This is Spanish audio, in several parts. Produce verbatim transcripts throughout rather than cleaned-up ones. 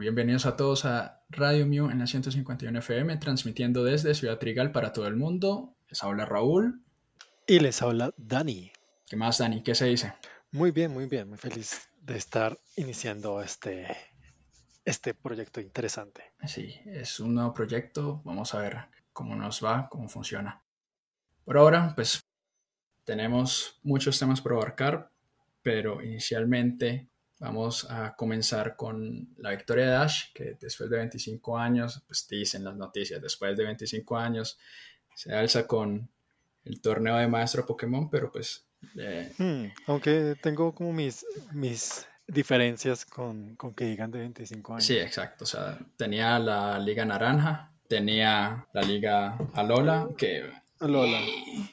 bienvenidos a todos a Radio Mew en la ciento cincuenta y uno F M, transmitiendo desde Ciudad Trigal para todo el mundo. Les habla Raúl. Y les habla Dani. ¿Qué más, Dani? ¿Qué se dice? Muy bien, muy bien, muy feliz de estar iniciando este, este proyecto interesante. Sí, es un nuevo proyecto. Vamos a ver cómo nos va, cómo funciona. Por ahora, pues tenemos muchos temas por abarcar, pero inicialmente vamos a comenzar con la victoria de Ash, que después de veinticinco años, pues dicen las noticias, después de veinticinco años se alza con el torneo de maestro Pokémon, pero pues... Eh, Hmm, aunque tengo como mis, mis diferencias con, con que digan de veinticinco sí, años. exacto. O sea, tenía la Liga Naranja, tenía la Liga Alola, que Lola.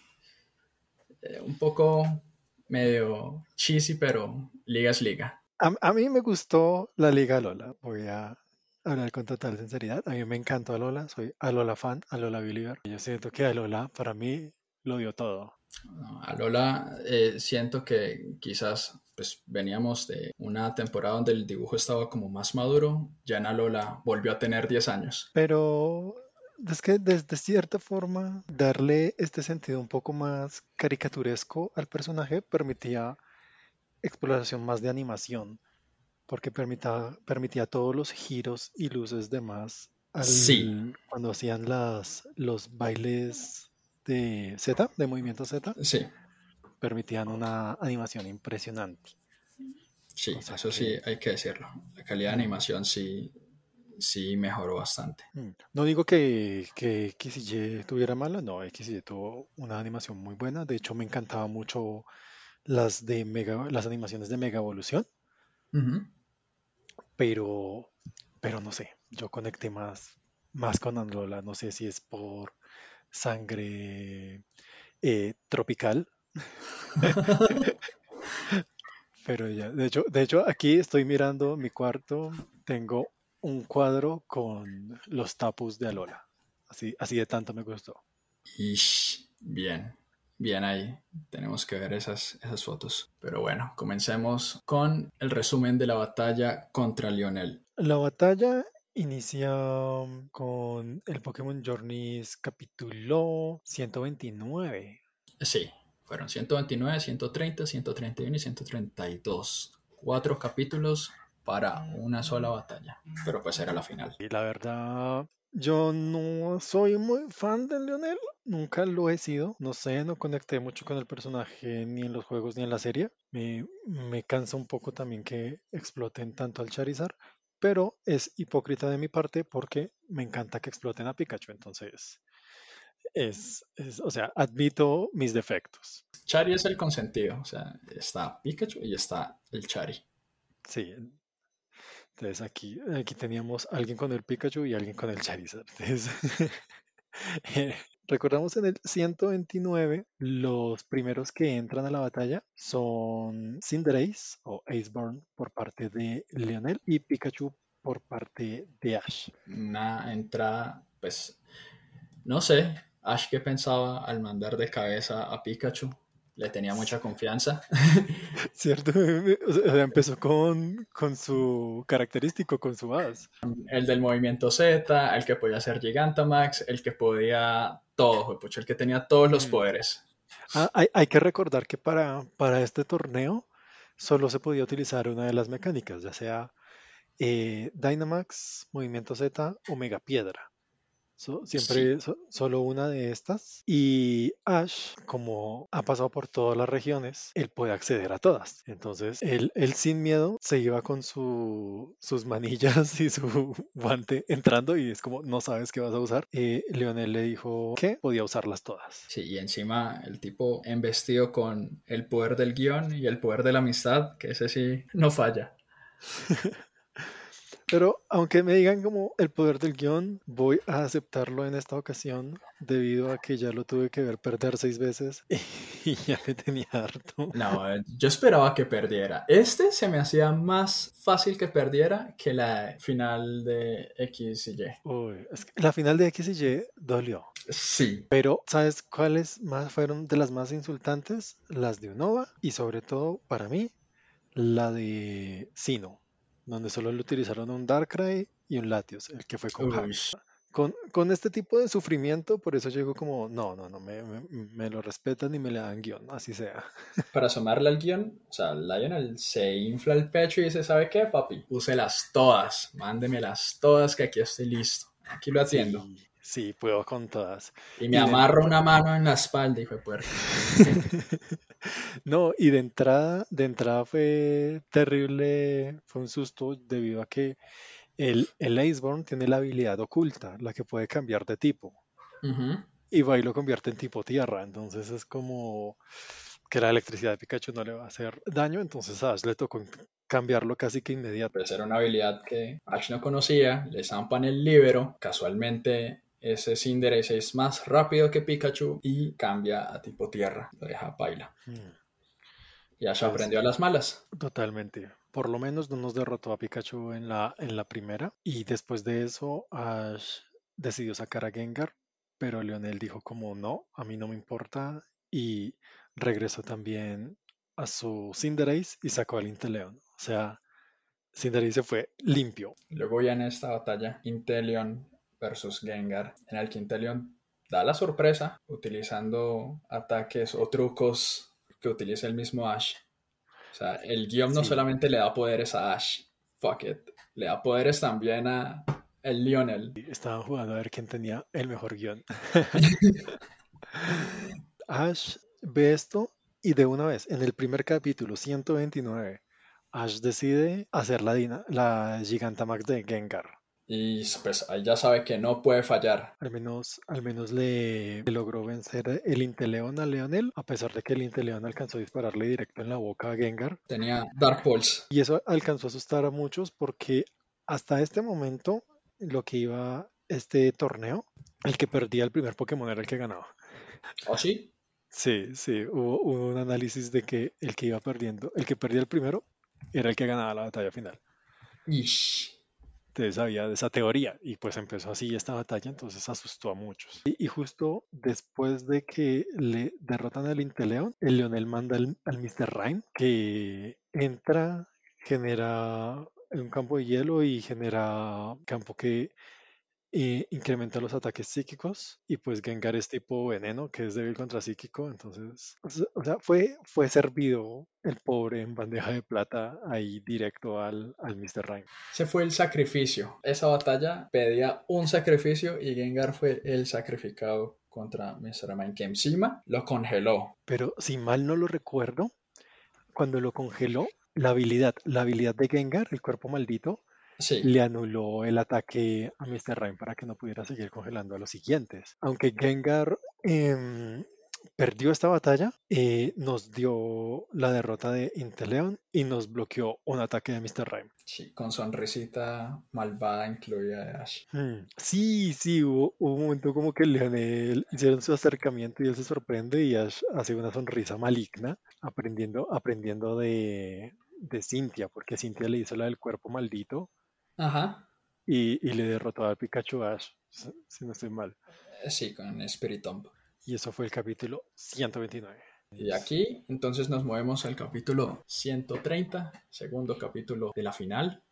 eh, un poco medio cheesy, pero liga es liga. A, a mí me gustó la Liga Lola. Voy a hablar con total sinceridad. A mí me encantó Alola. Soy Alola fan, Alola believer. Yo siento que Alola para mí lo dio todo. No, Alola, eh, siento que quizás pues veníamos de una temporada donde el dibujo estaba como más maduro, ya en Alola volvió a tener diez años. Pero es que desde cierta forma darle este sentido un poco más caricaturesco al personaje permitía exploración más de animación, porque permitía, permitía todos los giros y luces demás Sí, al, cuando hacían las, los bailes de Z, de movimiento Z, sí, permitían una animación impresionante. sí, Cosa eso sí que hay que decirlo. La calidad de mm, animación sí, sí mejoró bastante. mm. No digo que, que X y Y tuviera mala, no, X y Y tuvo una animación muy buena. De hecho, me encantaba mucho las de Mega, las animaciones de Mega Evolución, Ujú. pero, pero no sé, yo conecté más, más con Alola. No sé si es por sangre eh, tropical, pero ya, de hecho, de hecho, aquí estoy mirando mi cuarto, tengo un cuadro con los tapus de Alola. Así, así de tanto me gustó. Ish, bien, bien ahí. Tenemos que ver esas, esas fotos. Pero bueno, comencemos con el resumen de la batalla contra Lionel. La batalla inicia um, con el Pokémon Journeys capítulo ciento veintinueve. Sí, fueron ciento veintinueve, ciento treinta, ciento treinta y uno y ciento treinta y dos. Cuatro capítulos para una sola batalla. Pero pues era la final. Y la verdad, yo no soy muy fan de Lionel, nunca lo he sido. No sé, no conecté mucho con el personaje ni en los juegos ni en la serie. Me, me cansa un poco también que exploten tanto al Charizard, pero es hipócrita de mi parte porque me encanta que exploten a Pikachu. Entonces, es, es o sea, admito mis defectos. Chari es el consentido. O sea, está Pikachu y está el Chari. Sí, entonces aquí, aquí teníamos alguien con el Pikachu y alguien con el Charizard. Entonces, Eh, recordamos en el ciento veintinueve, los primeros que entran a la batalla son Cinderace o Aceborn por parte de Leonel y Pikachu por parte de Ash. Una entrada, pues, no sé. Ash que pensaba al mandar de cabeza a Pikachu. Le tenía mucha confianza. ¿Cierto? O sea, empezó con, con su característico, con su as. El del movimiento Z, el que podía hacer Gigantamax, el que podía todo, juepucha, el que tenía todos los Mm. poderes. Ah, hay, hay que recordar que para, para este torneo solo se podía utilizar una de las mecánicas, ya sea eh, Dynamax, Movimiento Z o Mega Piedra. So- Sí, siempre so- solo una de estas. Y Ash, como ha pasado por todas las regiones, él puede acceder a todas. Entonces, él, él sin miedo se iba con su, sus manillas y su guante entrando y es como, no sabes qué vas a usar. Eh, Leonel le dijo que podía usarlas todas. sí, y encima el tipo embestido con el poder del guión y el poder de la amistad, que ese sí no falla. Pero aunque me digan como el poder del guión, voy a aceptarlo en esta ocasión debido a que ya lo tuve que ver perder seis veces y ya me tenía harto. No, yo esperaba que perdiera. Este se me hacía más fácil que perdiera que la final de X y Y. Uy, es que la final de X y Y dolió. Sí, Pero, ¿sabes cuáles más fueron de las más insultantes? Las de Unova y sobre todo, para mí, la de Sino. donde solo le utilizaron un Darkrai y un Latios, el que fue con Uy, Hack. Con, con este tipo de sufrimiento, por eso llego como, no, no, no, me, me, me lo respetan y me le dan guión, así sea. para sumarle al guión, o sea, Lionel se infla el pecho y dice, ¿sabe qué, papi? Úselas todas, mándemelas todas que aquí estoy listo. Aquí lo atiendo. Sí, sí, puedo con todas. Y me Y de, amarro una mano en la espalda, hijo de puerca. no, y de entrada, de entrada fue terrible, fue un susto debido a que el, el Iceborne tiene la habilidad oculta, la que puede cambiar de tipo. Ujú. Y va y lo convierte en tipo tierra. Entonces es como que la electricidad de Pikachu no le va a hacer daño. Entonces a Ash le tocó cambiarlo casi que inmediato. Pues era una habilidad que Ash no conocía, le zampan el líbero, casualmente ese Cinderace es más rápido que Pikachu y cambia a tipo tierra, lo deja paila. Mm, Y Ash Pues aprendió a las malas. totalmente. Por lo menos no nos derrotó a Pikachu en la, en la primera. Y después de eso, Ash decidió sacar a Gengar. Pero Leonel dijo como no, a mí no me importa. Y regresó también a su Cinderace y sacó al Inteleon. O sea, Cinderace se fue limpio. Luego ya en esta batalla, Inteleon versus Gengar, en el que Inteleon da la sorpresa utilizando ataques o trucos que utiliza el mismo Ash. O sea, el guión no Sí, solamente le da poderes a Ash, fuck it, le da poderes también a el Lionel. estaban jugando a ver quién tenía el mejor guión. Ash ve esto y de una vez, en el primer capítulo, ciento veintinueve, Ash decide hacer la, dina- la Gigantamax de Gengar. Y pues ahí ya sabe que no puede fallar. Al menos, al menos le, le logró vencer el Inteleon a Leonel, a pesar de que el Inteleon alcanzó a dispararle directo en la boca a Gengar. Tenía Dark Pulse. Y eso alcanzó a asustar a muchos porque hasta este momento, lo que iba este torneo, el que perdía el primer Pokémon era el que ganaba. ¿O sí? Sí, sí, hubo, hubo un análisis de que el que iba perdiendo, el que perdía el primero, era el que ganaba la batalla final. Ish. Entonces había de esa teoría y pues empezó así esta batalla, entonces asustó a muchos. Y, y justo después de que le derrotan al Inteleon, el Leonel manda al, al míster Rime que entra, genera un campo de hielo y genera campo que y incrementa los ataques psíquicos y pues Gengar es tipo veneno que es débil contra psíquico, entonces o se- o sea, fue, fue servido el pobre en bandeja de plata ahí directo al, al míster Rime. Ese fue el sacrificio. Esa batalla pedía un sacrificio y Gengar fue el sacrificado contra míster Mime, que encima lo congeló. Pero si mal no lo recuerdo, cuando lo congeló, la habilidad, la habilidad de Gengar, el cuerpo maldito, Sí, le anuló el ataque a míster Rime para que no pudiera seguir congelando a los siguientes. Aunque Gengar em, perdió esta batalla, eh, nos dio la derrota de Inteleon y nos bloqueó un ataque de míster Rime. sí, con sonrisita malvada incluida de Ash. Hmm, Sí, sí, hubo, hubo un momento como que Leonel hicieron su acercamiento y él se sorprende y Ash hace una sonrisa maligna, aprendiendo, aprendiendo de, de Cynthia, porque Cynthia le hizo la del cuerpo maldito Ajá, y, y le derrotó al Pikachu Ash, si si no estoy mal. eh, sí, con Spirit Tomb. Y eso fue el capítulo ciento veintinueve. Y aquí entonces nos movemos al capítulo ciento treinta, segundo capítulo de la final.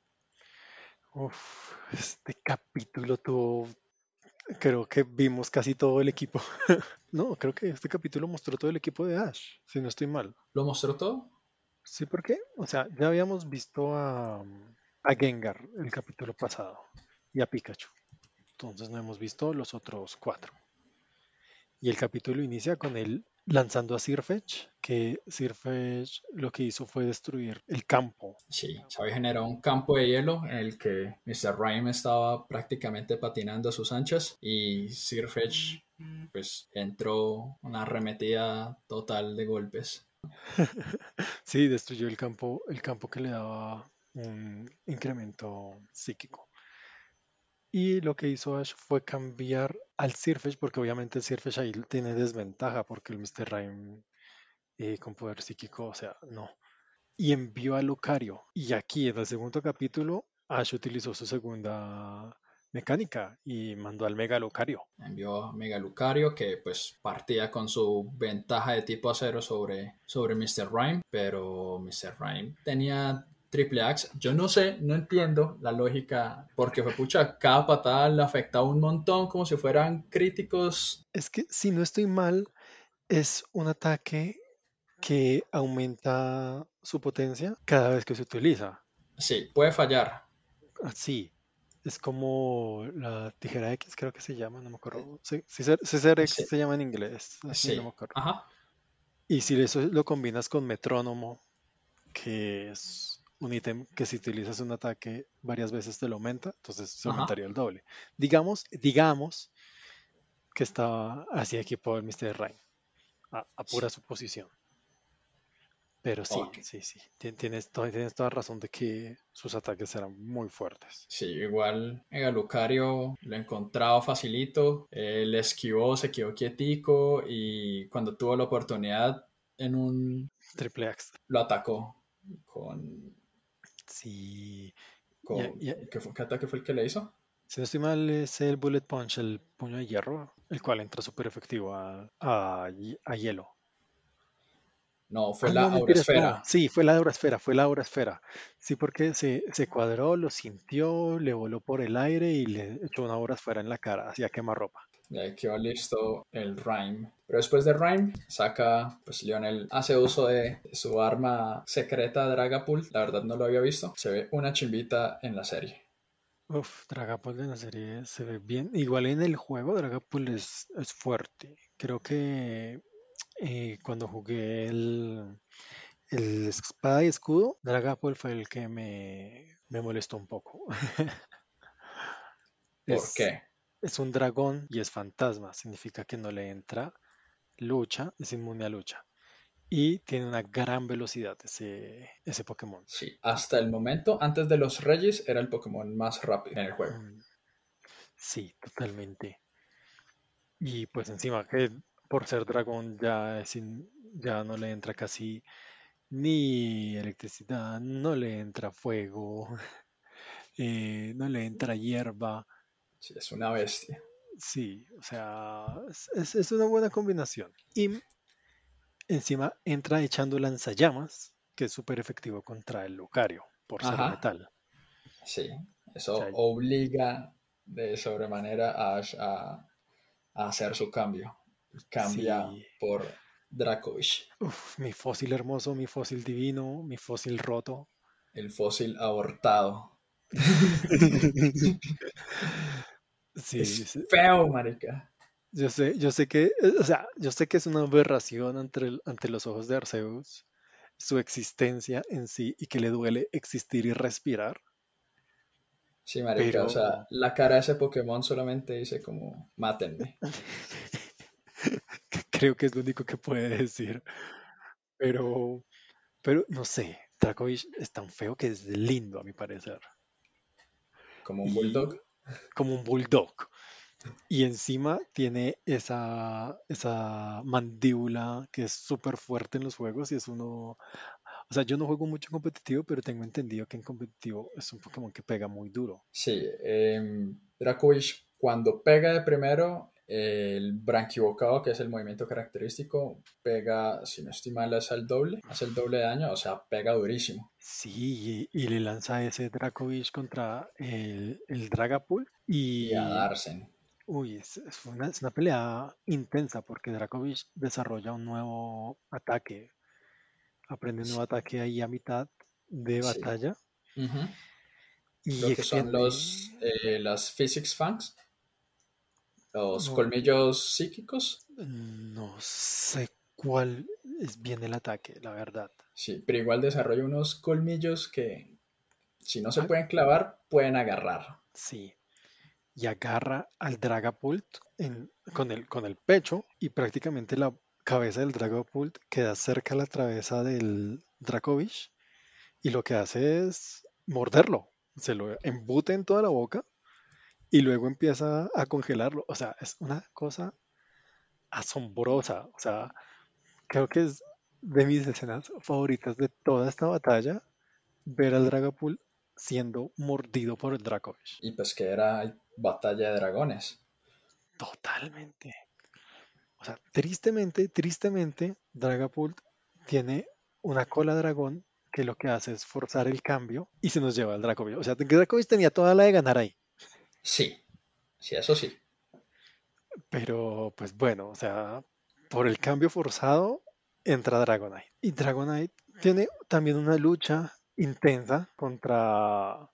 Uf, este capítulo tuvo, creo que vimos casi todo el equipo. No, creo que este capítulo mostró todo el equipo de Ash, si no estoy mal. ¿Lo mostró todo? Sí, ¿por qué? O sea, ya habíamos visto a, a Gengar el capítulo pasado y a Pikachu. Entonces no hemos visto los otros cuatro. Y el capítulo inicia con él lanzando a Sirfetch, que Sirfetch lo que hizo fue destruir el campo. Sí, se había generado un campo de hielo en el que míster Rhyme estaba prácticamente patinando a sus anchas y Sirfetch pues entró una arremetida total de golpes. Sí, destruyó el campo, el campo que le daba un incremento psíquico. Y lo que hizo Ash fue cambiar al Sirfetch, porque obviamente el Sirfetch ahí tiene desventaja, porque el míster Rime eh, con poder psíquico, o sea, no. Y envió a Lucario. Y aquí en el segundo capítulo, Ash utilizó su segunda mecánica y mandó al Mega Lucario. Envió a Mega Lucario que pues partía con su ventaja de tipo acero sobre, sobre míster Rhyme, pero míster Rhyme tenía Triple Axe, yo no sé, no entiendo la lógica, porque fue pucha, cada patada le afectaba un montón, como si fueran críticos. Es que si no estoy mal, es un ataque que aumenta su potencia cada vez que se utiliza. Sí, puede fallar. Así. Es como la tijera X, creo que se llama, no me acuerdo. Sí, Scissor Scissor X Sí, se llama en inglés, así no me sí, acuerdo. ajá, Y si eso lo combinas con metrónomo, que es un ítem que si utilizas un ataque varias veces te lo aumenta, entonces se ajá. aumentaría el doble. Digamos, digamos que estaba así equipado el míster Rain, a, a pura Sí, suposición. Pero sí, ok. sí, sí, tien- tienes, to- tienes toda razón de que sus ataques eran muy fuertes. Sí, igual en el Lucario lo encontraba facilito, él esquivó, se quedó quietico y cuando tuvo la oportunidad en un Triple Axe. lo atacó con, Sí, y, con y- ¿qué, fue- qué ataque fue el que le hizo? si no estoy mal, es el Bullet Punch, el puño de hierro, el cual entra súper efectivo a, a, hi- a hielo. No, fue Ah, la no, mentiras, no. Aurosfera. Sí, fue la Aura Esfera, fue la Aura Esfera. Sí, porque se, se cuadró, lo sintió, le voló por el aire y le echó una Aura Esfera en la cara, hacía quemarropa. Y ahí quedó listo el Rhyme. Pero después de Rhyme, saca, pues Lionel hace uso de su arma secreta Dragapult. La verdad no lo había visto. Se ve una chimbita en la serie. Uf, Dragapult en la serie se ve bien. Igual en el juego, Dragapult es, es fuerte. Creo que eh, cuando jugué el, el espada y escudo, Dragapult fue el que me, me molestó un poco. ¿Por Es, qué? es un dragón y es fantasma. Significa que no le entra lucha, es inmune a lucha. Y tiene una gran velocidad ese, ese Pokémon. Sí, hasta el momento, antes de los Reyes, era el Pokémon más rápido en el juego. Mm, sí, totalmente. Y pues encima que por ser dragón ya, es in- ya no le entra casi ni electricidad, no le entra fuego, eh, no le entra hierba. Sí, es una bestia. Sí, o sea, es, es- es una buena combinación. Y encima entra echando lanzallamas, que es súper efectivo contra el Lucario, por ser Ajá, metal. sí. O sea, Eso obliga de sobremanera a Ash a, a hacer su cambio. Cambia sí, por Dracovish, uf, mi fósil hermoso, mi fósil divino, mi fósil roto. el fósil abortado. Sí, Es sí, feo, marica. yo sé, yo sé que, eh, o sea, yo sé que es una aberración ante, el- ante los ojos de Arceus, su existencia en sí y que le duele existir y respirar, Sí, marica, o sea, pero la cara de ese Pokémon solamente dice como, mátenme. creo que es lo único que puede decir. Pero, pero no sé, Dracovish es tan feo que es lindo a mi parecer. Como un Y bulldog. como un bulldog. Y encima tiene esa, esa mandíbula que es súper fuerte en los juegos y es uno. O sea, yo no juego mucho en competitivo, pero tengo entendido que en competitivo es un Pokémon que pega muy duro. Sí, eh, Dracovish cuando pega de primero, eh, el branquibocado, que es el movimiento característico, pega, si no estoy mal, es al doble, hace el doble de daño, o sea, pega durísimo. Sí, y, y le lanza ese Dracovish contra el, el Dragapult. Y a Y, Darsen, uy, es, es una, es una pelea intensa porque Dracovish desarrolla un nuevo ataque. Aprende un nuevo sí, ataque ahí a mitad de sí. batalla Ujú. y Creo que son extiende. los, eh, las Physics Fangs, los No, colmillos psíquicos. no sé cuál es bien el ataque, la verdad. Sí, pero igual desarrolla unos colmillos que, si no se Ah, pueden clavar, pueden agarrar. sí, y agarra al Dragapult en- con el, con el pecho y prácticamente la cabeza del Dragapult queda cerca a la cabeza del Dracovish y lo que hace es morderlo. Se lo embute en toda la boca y luego empieza a congelarlo. O sea, es una cosa asombrosa. O sea, creo que es de mis escenas favoritas de toda esta batalla ver al Dragapult siendo mordido por el Dracovish. Y pues que era batalla de dragones. Totalmente. O sea, tristemente, tristemente, Dragapult tiene una cola dragón que lo que hace es forzar el cambio y se nos lleva al Dracovish. O sea, Dracovish tenía toda la de ganar ahí. Sí, sí, eso sí. Pero pues bueno, o sea, por el cambio forzado entra Dragonite. Y Dragonite tiene también una lucha intensa contra,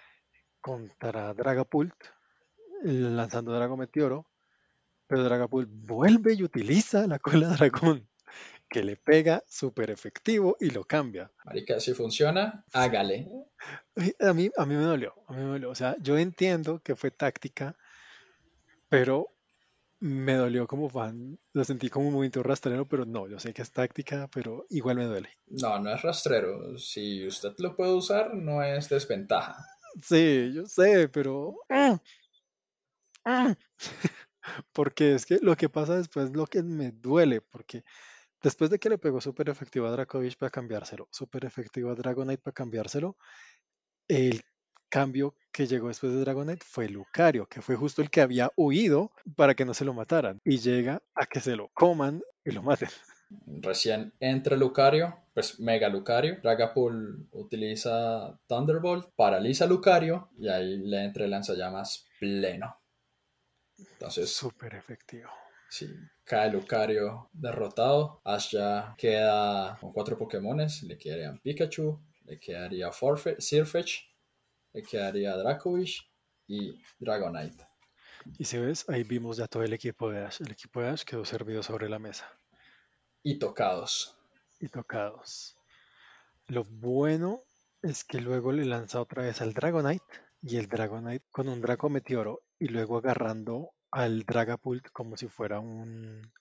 contra Dragapult, lanzando Drago Meteoro. Pero Dragapult vuelve y utiliza la cola dragón, que le pega súper efectivo y lo cambia. Marica, si funciona, hágale. Ay, A mí, a mí me dolió, a mí me dolió. O sea, yo entiendo que fue táctica, pero me dolió como fan. Lo sentí como un movimiento rastrero, pero no, yo sé que es táctica, pero igual me duele. No, no es rastrero. Si usted lo puede usar, no es desventaja. Sí, yo sé, pero... ¡ah! ¡ah! Porque es que lo que pasa después es lo que me duele, porque después de que le pegó súper efectivo a Dracovish para cambiárselo, súper efectivo a Dragonite para cambiárselo, el cambio que llegó después de Dragonite fue Lucario, que fue justo el que había huido para que no se lo mataran. Y llega a que se lo coman y lo maten. Recién entra Lucario, pues Mega Lucario. Dragapult utiliza Thunderbolt, paraliza Lucario y ahí le entra el lanzallamas pleno. Entonces, Súper efectivo. si cae Lucario derrotado, Ash ya queda con cuatro Pokémones. Le quedarían Pikachu, le quedaría Forfe Sirfetch, le quedaría Dracovish y Dragonite. Y si ves, ahí vimos ya todo el equipo de Ash. El equipo de Ash quedó servido sobre la mesa Y tocados. y tocados. Lo bueno es que luego le lanza otra vez al Dragonite y el Dragonite con un Draco Meteoro y luego agarrando al Dragapult como si fuera un,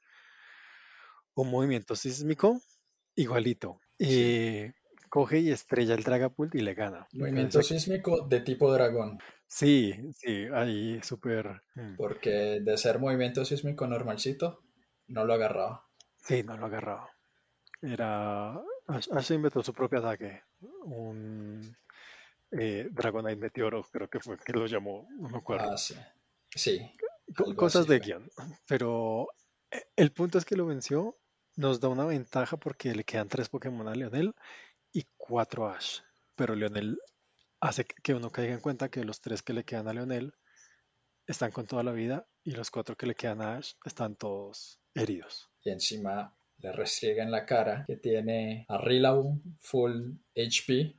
un movimiento sísmico igualito. Sí. Eh, coge y estrella el Dragapult y le gana. Movimiento Entonces, sísmico de tipo dragón. sí, sí, ahí súper. mm, Porque de ser movimiento sísmico normalcito, no lo agarraba. Sí, no lo agarraba. Era. Ash, Ash inventó su propio ataque. Un eh, Dragonite Meteoro, creo que fue que lo llamó, no me acuerdo. Ah, sí. Sí, Co- algo cosas así de fue. guión. Pero eh, el punto es que lo venció. Nos da una ventaja porque le quedan tres Pokémon a Leonel y cuatro a Ash. Pero Leonel hace que uno caiga en cuenta que los tres que le quedan a Leonel están con toda la vida y los cuatro que le quedan a Ash están todos heridos. Y encima le restriega en la cara que tiene a Rillaboom full H P.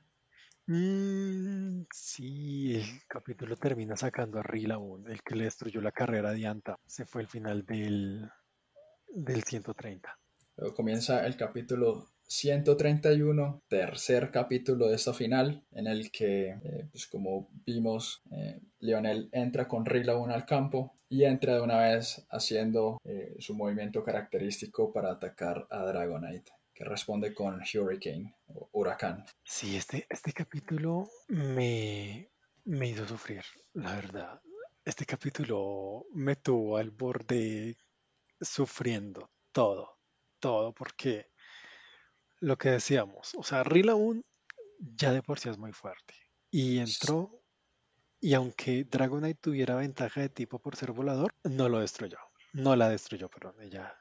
Mm, sí, el capítulo termina sacando a Rillaboom, el que le destruyó la carrera a Dianta. Se fue el final del, del ciento treinta. Luego comienza el capítulo ciento treinta y uno, tercer capítulo de esta final, en el que, eh, pues como vimos, eh, Lionel entra con Rillaboom al campo y entra de una vez haciendo eh, su movimiento característico para atacar a Dragonite, que responde con Hurricane o Huracán. Sí, este, este capítulo me, me hizo sufrir, la verdad. Este capítulo me tuvo al borde sufriendo todo, todo, porque lo que decíamos, o sea, Rillaboom ya de por sí es muy fuerte. Y entró, y aunque Dragonite tuviera ventaja de tipo por ser volador, no lo destruyó. No la destruyó, perdón, ella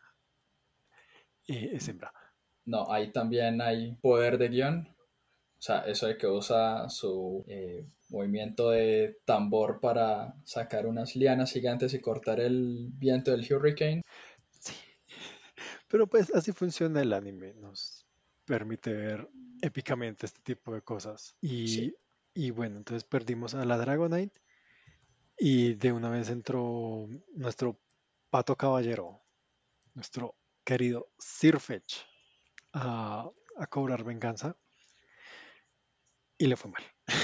eh, es hembra. No, ahí también hay poder de guión. O sea, eso de que usa su eh, movimiento de tambor para sacar unas lianas gigantes y cortar el viento del Hurricane. Sí, pero pues así funciona el anime, nos permite ver épicamente este tipo de cosas. Y, Sí. y bueno, entonces perdimos a la Dragonite y de una vez entró nuestro pato caballero, nuestro querido Sirfetch, a, a cobrar venganza y le fue mal.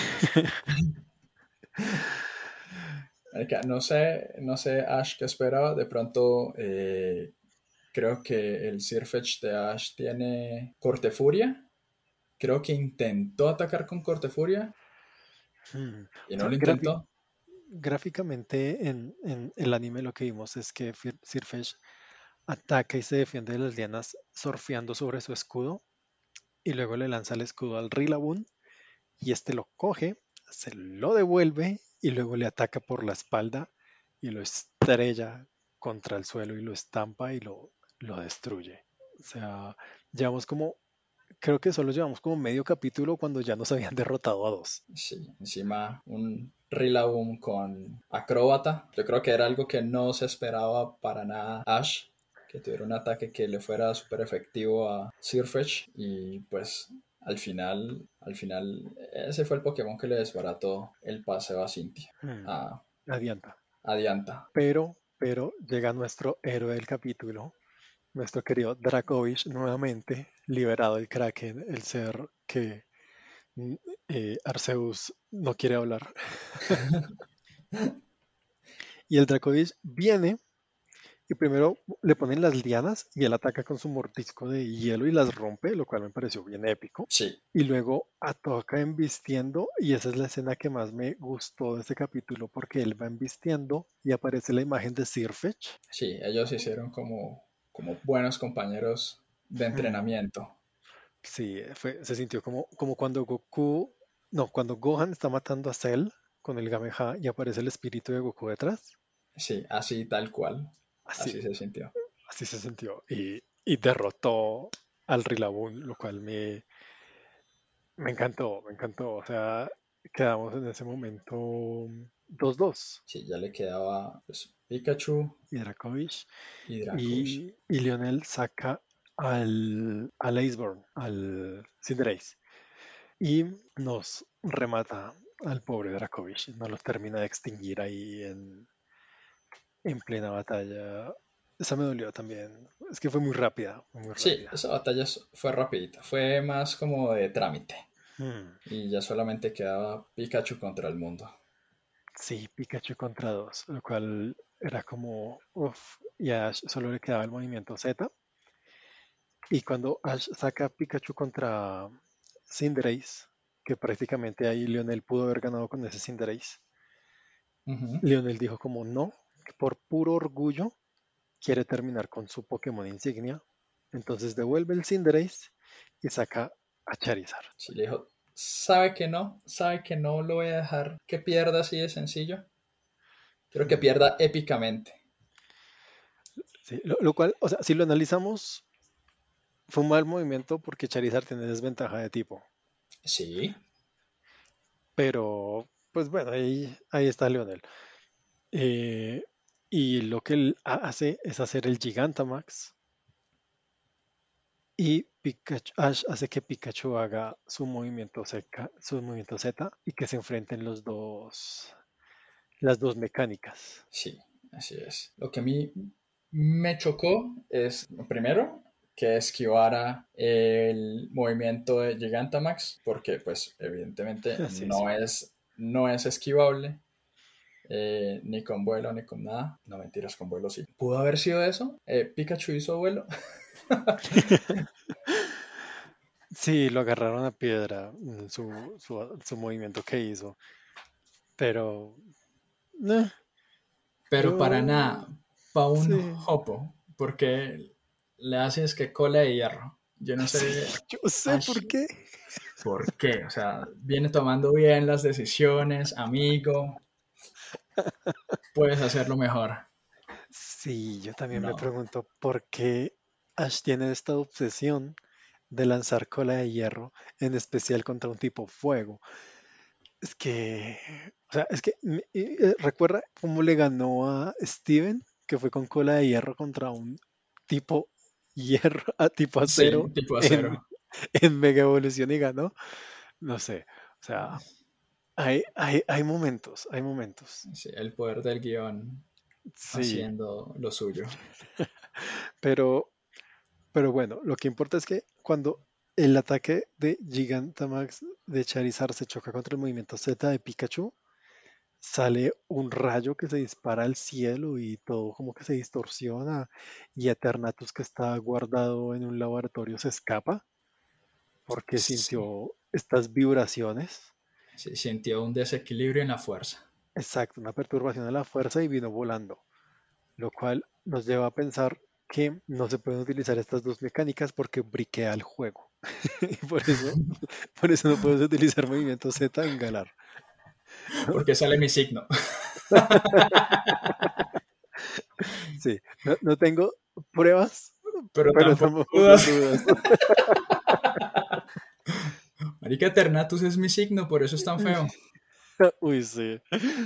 Marica, no sé, no sé Ash qué esperaba. De pronto, eh, creo que el Sirfetch de Ash tiene Corte Furia. Creo que intentó atacar con Corte Furia Hmm. y O no sea, lo grafi- intentó. gráficamente en, en el anime lo que vimos es que Fir- Sirfetch ataca y se defiende de las lianas surfeando sobre su escudo y luego le lanza el escudo al Rillaboom y este lo coge, se lo devuelve y luego le ataca por la espalda y lo estrella contra el suelo y lo estampa y lo, lo destruye. O sea, llevamos como creo que solo llevamos como medio capítulo cuando ya nos habían derrotado a dos. Sí, encima un Rillaboom con acróbata. Yo creo que era algo que no se esperaba para nada Ash, que tuviera un ataque que le fuera súper efectivo a Sirfetch'd y pues al final, al final ese fue el Pokémon que le desbarató el paseo a Cynthia, Hmm, a, adianta. a Dianta. Pero, pero llega nuestro héroe del capítulo, nuestro querido Dracovish, nuevamente liberado del Kraken, el ser que mm, eh, Arceus no quiere hablar. Y el Dracovish viene y primero le ponen las lianas y él ataca con su mordisco de hielo y las rompe, lo cual me pareció bien épico. Sí, Y luego ataca embistiendo y esa es la escena que más me gustó de este capítulo porque él va embistiendo y aparece la imagen de Sirfetch. sí, ellos se hicieron como, como buenos compañeros de Hmm, entrenamiento. sí, fue, se sintió como, como cuando Goku, no, cuando Gohan está matando a Cell con el Gameha y aparece el espíritu de Goku detrás. Sí, así tal cual, Así, así se sintió. así se sintió. Y, y derrotó al Rillaboom, lo cual me, me encantó, me encantó. O sea, quedamos en ese momento dos dos Sí, ya le quedaba pues, Pikachu y Dracovish. y Dracovish. Y, y Lionel saca al, al Aceborn, al Cinderace. Y nos remata al pobre Dracovish. Nos lo termina de extinguir ahí en, en plena batalla. Esa me dolió también. Es que fue muy rápida, muy Sí, rápida. esa batalla fue rapidita, fue más como de trámite. Hmm. Y ya solamente quedaba Pikachu contra el mundo. Sí, Pikachu contra dos, lo cual era como, uff, y a Ash solo le quedaba el movimiento Z. Y cuando Ash saca a Pikachu contra Cinderace, que prácticamente ahí Lionel pudo haber ganado con ese Cinderace, Ujú. Lionel dijo como no, que por puro orgullo quiere terminar con su Pokémon insignia. Entonces devuelve el Cinderace y saca a Charizard. Sí, le dijo, sabe que no, sabe que no lo voy a dejar que pierda así de sencillo. Quiero que Hmm. pierda épicamente. Sí, lo, lo cual, o sea, si lo analizamos, fue un mal movimiento porque Charizard tiene desventaja de tipo. Sí. Pero, pues bueno, ahí, ahí está Leonel. Eh, y lo que él ha- hace es hacer el Gigantamax y Pikachu, Ash hace que Pikachu haga su movimiento seca, su movimiento Z y que se enfrenten los dos, las dos mecánicas. Sí, así es. Lo que a mí me chocó es, primero, que esquivara el movimiento de Gigantamax, porque pues evidentemente Sí, sí. no es, no es esquivable, eh, ni con vuelo, ni con nada. No, mentiras, con vuelo sí. ¿Pudo haber sido eso? Eh, ¿Pikachu hizo vuelo? Sí, lo agarraron a piedra en su, su, su movimiento que hizo. Pero, eh, Pero para yo, nada, para un sí, Hopo, porque le haces que cola de hierro. Yo no sí, sé, yo sé Ash, por qué. ¿por qué? O sea, viene tomando bien las decisiones, amigo, puedes hacerlo mejor. Sí, yo también me No. pregunto por qué Ash tiene esta obsesión de lanzar cola de hierro, en especial contra un tipo fuego. Es que, o sea, es que me- y, eh, recuerda cómo le ganó a Steven, que fue con cola de hierro contra un tipo hierro, a tipo acero Sí, tipo en, acero. en Mega Evolución y ganó. No sé, o sea, hay, hay, hay momentos, hay momentos. Sí, el poder del guión Sí, haciendo lo suyo. pero Pero bueno, lo que importa es que cuando el ataque de Gigantamax de Charizard se choca contra el movimiento Z de Pikachu, sale un rayo que se dispara al cielo y todo como que se distorsiona y Eternatus que está guardado en un laboratorio se escapa porque Sí, sintió estas vibraciones. sí, sintió un desequilibrio en la fuerza. Exacto, una perturbación de la fuerza y vino volando, lo cual nos lleva a pensar que no se pueden utilizar estas dos mecánicas porque briquea el juego. Y por eso, por eso no puedes utilizar movimiento Z en Galar. ¿No? Porque sale mi signo. Sí, no, no tengo pruebas, Pero pero tampoco tampoco dudas. dudas. Marica, Eternatus es mi signo, por eso es tan feo. Uy, sí.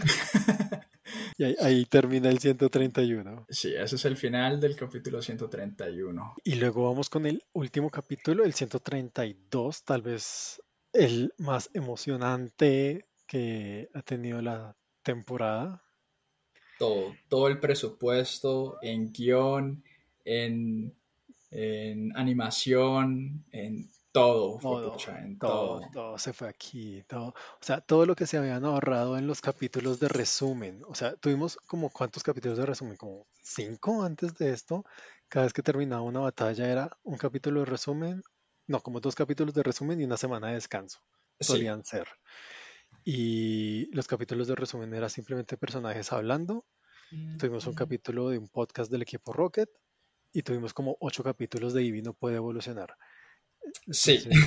Y ahí, ahí termina el ciento treinta y uno. Sí, ese es el final del capítulo ciento treinta y uno. Y luego vamos con el último capítulo, el ciento treinta y dos, tal vez el más emocionante que ha tenido la temporada. Todo, todo el presupuesto en guión, en, en animación, en todo, fue Todo, pucha, en todo, todo. todo se fue aquí, todo. O sea, todo lo que se habían ahorrado en los capítulos de resumen. O sea, tuvimos como cuántos capítulos de resumen, como cinco antes de esto. Cada vez que terminaba una batalla era un capítulo de resumen, no, como dos capítulos de resumen y una semana de descanso. Sí, Solían ser. Y los capítulos de resumen era simplemente personajes hablando. Tuvimos un capítulo de un podcast del equipo Rocket y tuvimos como ocho capítulos de Eevee no puede evolucionar. sí, Entonces,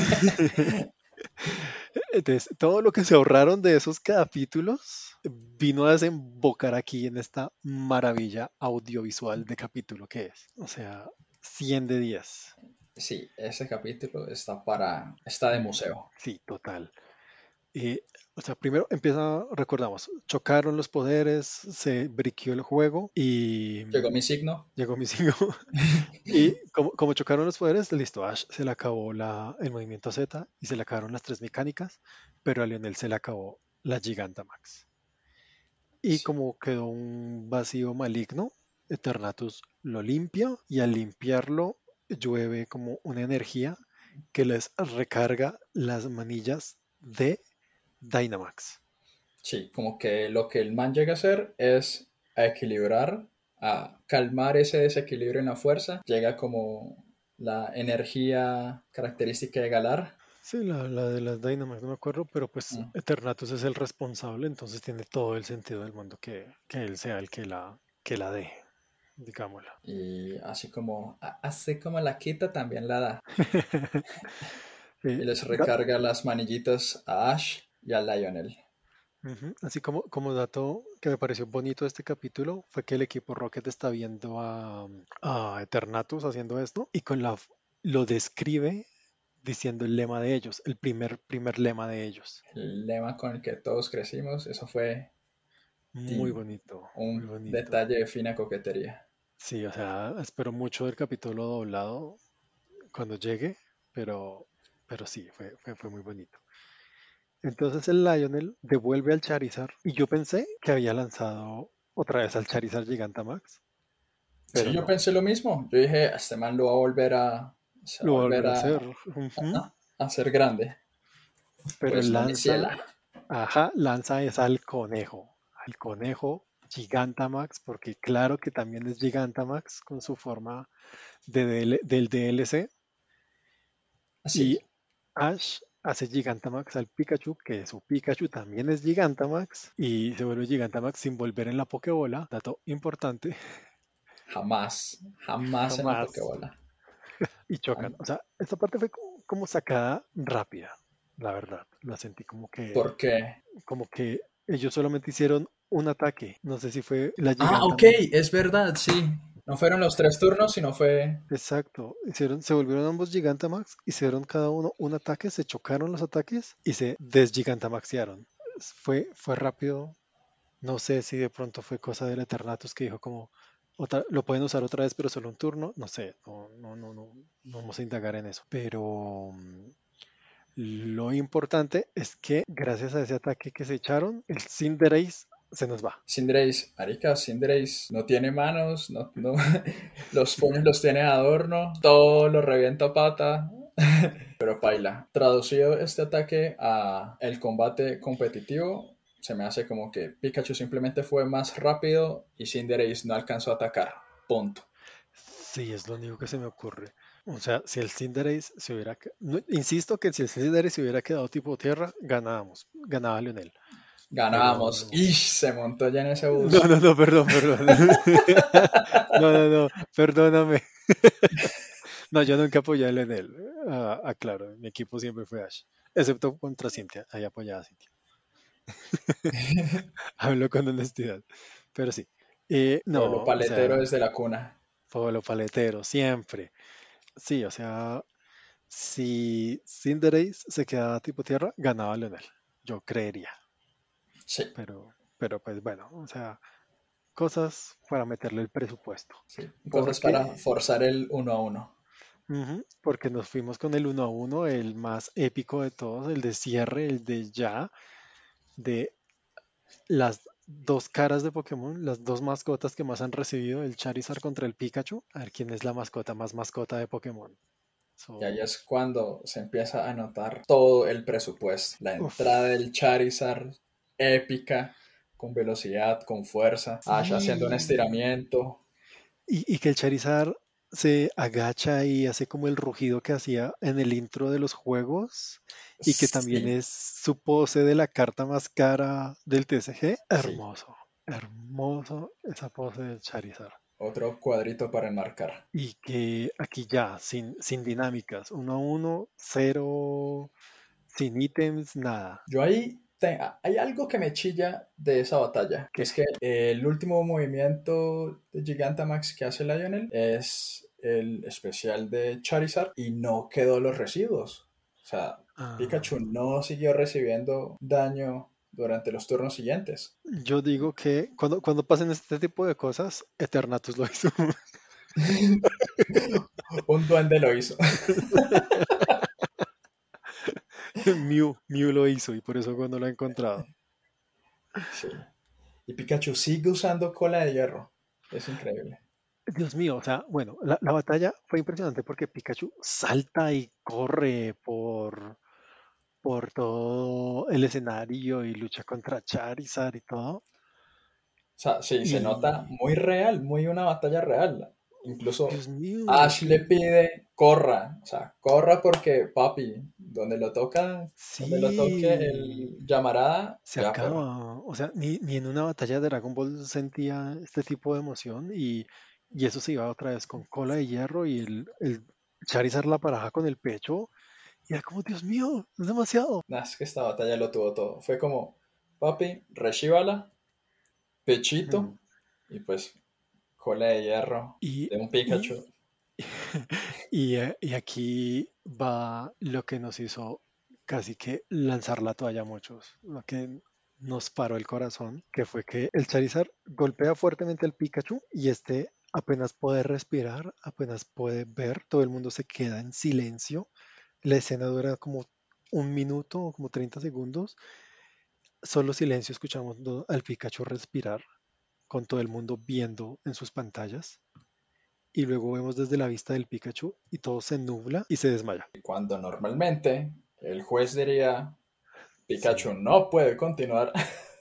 entonces, todo lo que se ahorraron de esos capítulos vino a desembocar aquí en esta maravilla audiovisual de capítulo que es. O sea, cien de diez. sí, ese capítulo está para, está de Mm, museo. sí, total. Eh, o sea, primero empieza, recordamos, chocaron los poderes, se briqueó el juego y Llegó mm, mi signo. llegó mi signo. Y como, como chocaron los poderes, listo, Ash se le acabó la, el movimiento Z y se le acabaron las tres mecánicas, pero a Lionel se le acabó la Gigantamax. Y Sí, como quedó un vacío maligno, Eternatus lo limpia y al limpiarlo llueve como una energía que les recarga las manillas de Dynamax. sí, como que lo que el man llega a hacer es a equilibrar, a calmar ese desequilibrio en la fuerza. Llega como la energía característica de Galar. Sí, la, la de las Dynamax no me acuerdo, pero pues Mm. Eternatus es el responsable, entonces tiene todo el sentido del mundo que, que él sea el que la, que la dé, digámoslo. Y así como, a- así como la quita, también la da. Sí, Y les da- recarga las manillitas a Ash y a Lionel. ujú. Así como, como dato que me pareció bonito de este capítulo fue que el equipo Rocket está viendo a, a Eternatus haciendo esto y con la f- lo describe diciendo el lema de ellos, el primer, primer lema de ellos. El lema con el que todos crecimos, eso fue Muy ti, bonito, muy un bonito. detalle de fina coquetería. Sí, o sea, espero mucho del capítulo doblado cuando llegue, pero, pero sí, fue, fue, fue muy bonito. Entonces el Lionel devuelve al Charizard y yo pensé que había lanzado otra vez al Charizard Gigantamax, Sí, pero yo no, pensé lo mismo. Yo dije, este man lo va a volver a, se va lo a va a volver volver a a, hacer. Ujú. a, a ser grande. Pero Pues no, mi lanza, ciela. ajá, lanza es al conejo, al conejo Gigantamax, porque claro que también es Gigantamax con su forma de D L del D L C. Y Así. Ash hace Gigantamax al Pikachu, que su Pikachu también es Gigantamax, y se vuelve Gigantamax sin volver en la Pokébola. Dato importante, Jamás, jamás en la jamás. Pokébola. Y chocan. O sea, esta parte fue co- como sacada rápida, la verdad. La sentí como que, ¿Por qué? como que ellos solamente hicieron un ataque. No sé si fue la Ah, ok, Gigantamax. es verdad, sí. No fueron los tres turnos, sino fue... Exacto. Hicieron, se volvieron ambos Gigantamax, hicieron cada uno un ataque, se chocaron los ataques y se desgigantamaxiaron. Fue, fue rápido. No sé si de pronto fue cosa del Eternatus que dijo como otra, lo pueden usar otra vez, pero solo un turno. No sé, no, no, no, no, no vamos a indagar en eso. Pero mm, lo importante es que gracias a ese ataque que se echaron, el Cinderace se nos va. Cinderace, marica, Cinderace no tiene manos, no, no, los puños los tiene de adorno, todo lo revienta a pata, pero paila. Traducido este ataque a el combate competitivo, se me hace como que Pikachu simplemente fue más rápido y Cinderace no alcanzó a atacar. Punto. Sí, es lo único que se me ocurre. O sea, si el Cinderace se hubiera... que- no, insisto que si el Cinderace se hubiera quedado tipo tierra, ganábamos. Ganaba Lionel. Ganábamos. Pero... Y se montó ya en ese No, bus. no, no, perdón, perdón. No, no, no, perdóname. No, yo nunca apoyé a Lionel. Ah, ah, claro, mi equipo siempre fue Ash. Excepto contra Cintia. Ahí apoyaba a Cintia. Hablo con honestidad. Pero sí. Eh, Pueblo no, o paletero sea, desde la cuna. Pablo Paletero, siempre. Sí, o sea, Si Cinderace se quedaba tipo tierra, ganaba Leonel. Yo creería. Sí, Pero, pero pues bueno, o sea, cosas para meterle el presupuesto. sí. Cosas Porque, para forzar el uno a uno. ujú, porque nos fuimos con el uno a uno, el más épico de todos, el de cierre, el de ya, de las dos caras de Pokémon, las dos mascotas que más han recibido, el Charizard contra el Pikachu. A ver quién es la mascota más mascota de Pokémon. Y ahí So, es cuando se empieza a notar todo el presupuesto. La entrada uf, del Charizard, épica, con velocidad, con fuerza. Ash haciendo un sí. estiramiento. Y, y que el Charizard se agacha y hace como el rugido que hacía en el intro de los juegos y que también Sí, es su pose de la carta más cara del T C G. sí. Hermoso, hermoso esa pose del Charizard. Otro cuadrito para enmarcar. Y que aquí ya, sin, sin dinámicas, uno a uno, cero, sin ítems, nada. Yo ahí te- hay algo que me chilla de esa batalla. Y ¿Qué? es que el último movimiento de Gigantamax que hace Lionel es el especial de Charizard y no quedó los residuos. O sea, Pikachu Ah, no siguió recibiendo daño durante los turnos siguientes. yo digo que cuando, cuando pasen este tipo de cosas, Eternatus lo hizo. Un duende lo hizo. Mew, Mew lo hizo y por eso cuando lo ha encontrado. Sí. Y Pikachu sigue usando cola de hierro. Es increíble. Dios mío, o sea, bueno, la, la batalla fue impresionante porque Pikachu salta y corre por, por todo el escenario y lucha contra Charizard y todo. O sea, sí, se nota Y, muy real, muy una batalla real. Incluso Dios mío, Ash le que pide, corra, o sea, corra porque papi, donde lo toca, donde lo toque sí, el llamarada, se ya fue. acaba. O sea, ni, ni en una batalla de Dragon Ball sentía este tipo de emoción y, y eso se iba otra vez con cola de hierro y el, el Charizard la paraja con el pecho. Y era como, Dios mío, es demasiado. Nah, es que esta batalla lo tuvo todo. Fue como, papi, rechíbala, pechito, Mm. y pues cola de hierro Y, de un y, Pikachu. y, eh, y aquí va lo que nos hizo casi que lanzar la toalla a muchos, lo que nos paró el corazón, que fue que el Charizard golpea fuertemente al Pikachu y este apenas puede respirar, apenas puede ver, todo el mundo se queda en silencio. La escena dura como un minuto o como treinta segundos, solo silencio, escuchamos do- al Pikachu respirar con todo el mundo viendo en sus pantallas. Y luego vemos desde la vista del Pikachu y todo se nubla y se desmaya. Y cuando normalmente el juez diría, Pikachu Sí. no puede continuar.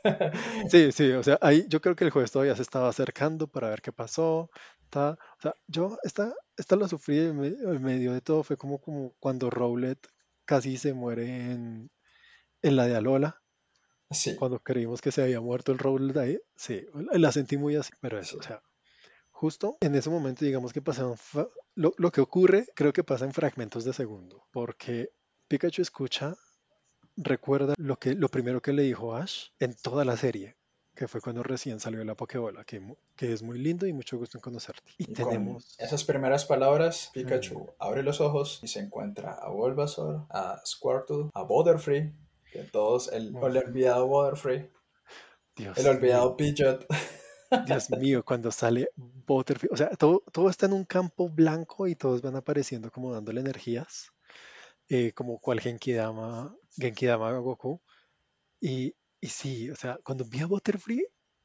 Sí, sí, o sea, ahí yo creo que el juez todavía se estaba acercando para ver qué pasó. Ta, o sea, yo esta, esta la sufrí en, me- en medio de todo, fue como, como cuando Rowlet casi se muere en, en la de Alola, Sí, cuando creímos que se había muerto el Rowlet ahí. Sí, la sentí muy así, pero eso, sí. o sea, justo en ese momento, digamos que pasaron, fa- lo, lo que ocurre creo que pasa en fragmentos de segundo, porque Pikachu escucha, recuerda lo que, lo primero que le dijo Ash en toda la serie, que fue cuando recién salió la Pokébola, que, mu- que es muy lindo y mucho gusto en conocerte. Y Y con esas tenemos... primeras palabras, hmm, Pikachu abre los ojos y se encuentra a Bulbasaur, a Squirtle, a Butterfree, que todos, el, el uf, olvidado Butterfree, el Dios olvidado mío, Pidgeot. Dios mío, cuando sale Butterfree, o sea, todo, todo está en un campo blanco y todos van apareciendo como dándole energías, eh, como cual Genkidama, Genkidama a Goku. Y, y sí, o sea, cuando vi a Butterfree,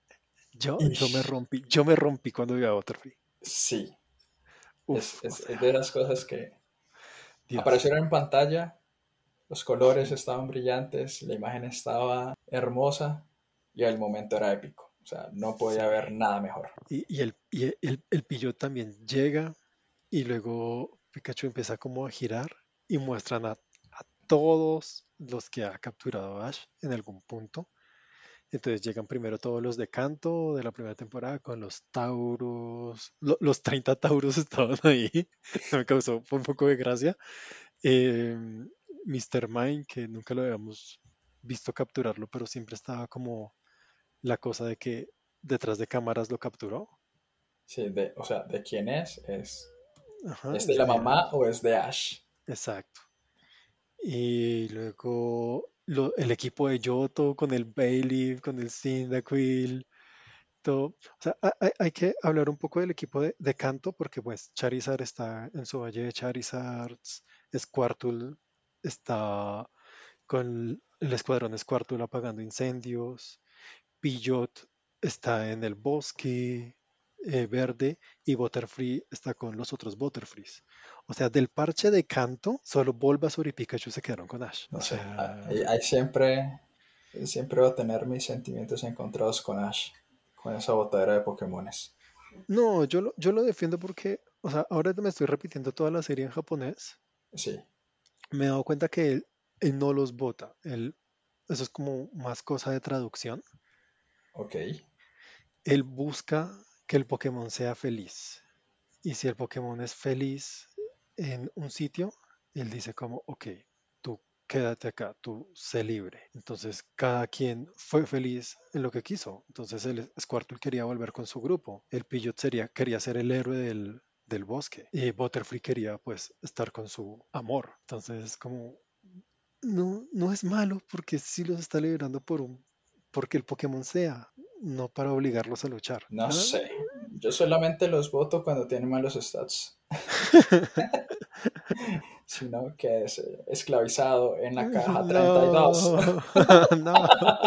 yo, yo me Ish, rompí, yo me rompí cuando vi a Butterfree. sí, es, Uf, o es, es de sea, esas cosas que Dios. aparecieron en pantalla, los colores estaban brillantes, la imagen estaba hermosa y el momento era épico. O sea, no podía Sí. haber nada mejor. Y, y el, y el, el pillo también llega y luego Pikachu empieza como a girar y muestran a, a todos los que ha capturado Ash en algún punto. Entonces llegan primero todos los de Canto de la primera temporada con los Tauros. Lo- los treinta Tauros estaban ahí. Me causó un poco de gracia. Eh, míster Mime, que nunca lo habíamos visto capturarlo, pero siempre estaba como la cosa de que detrás de cámaras lo capturó. Sí, de, o sea, ¿de quién es? ¿Es, Ajá, es de es la de mamá Ash. o es de Ash? exacto. Y luego lo- el equipo de Yoto con el Bailey, con el Cyndaquil, todo. O sea, ha- hay, hay que hablar un poco del equipo de, de Kanto porque pues Charizard está en su valle de Charizards, Squirtle está con el escuadrón Squirtle apagando incendios, Pidgeot está en el bosque eh, verde y Butterfree está con los otros Butterfrees. O sea, del parche de Kanto, solo Bulbasaur y Pikachu se quedaron con Ash. O No sé, hay, sea, hay siempre, siempre voy a tener mis sentimientos encontrados con Ash, con esa botadera de Pokémones. no, yo lo, yo lo defiendo porque, o sea, ahora me estoy repitiendo toda la serie en japonés. Sí, Me he dado cuenta que él, él no los bota. Él, eso es como más cosa de traducción. ok. Él busca que el Pokémon sea feliz. Y si el Pokémon es feliz en un sitio, él dice como, ok, tú quédate acá, tú sé libre. Entonces cada quien fue feliz en lo que quiso. Entonces el Squirtle quería volver con su grupo. El Pidgeot sería, quería ser el héroe del, del bosque. Y Butterfree quería pues estar con su amor. Entonces como, no, no es malo porque sí los está liberando por un, porque el Pokémon sea, no para obligarlos a luchar. No sé. Yo solamente los voto cuando tienen malos stats. Sino que es eh, esclavizado en la caja treinta y dos. No, no.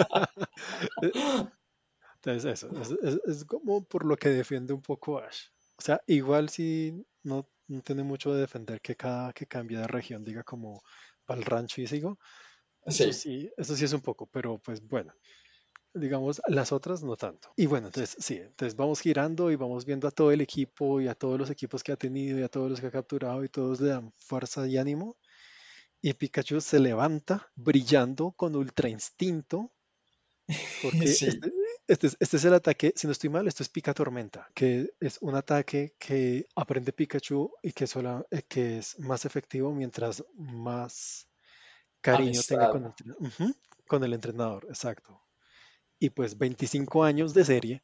Entonces eso, es, es- es como por lo que defiende un poco Ash. O sea, igual si no, no tiene mucho de defender que cada que cambia de región diga como para el rancho y sigo. Eso Sí, sí, eso sí es un poco, pero pues bueno, digamos, las otras no tanto. Y bueno, sí. entonces sí, entonces vamos girando y vamos viendo a todo el equipo y a todos los equipos que ha tenido y a todos los que ha capturado y todos le dan fuerza y ánimo. Y Pikachu se levanta brillando con ultra instinto, porque Sí, este, este, es, este es el ataque, si no estoy mal, esto es Pica Tormenta, que es un ataque que aprende Pikachu y que, sola- eh, que es más efectivo mientras más cariño tenga amistad. con el, entre- Ujú, con el entrenador, exacto. Y pues veinticinco años de serie.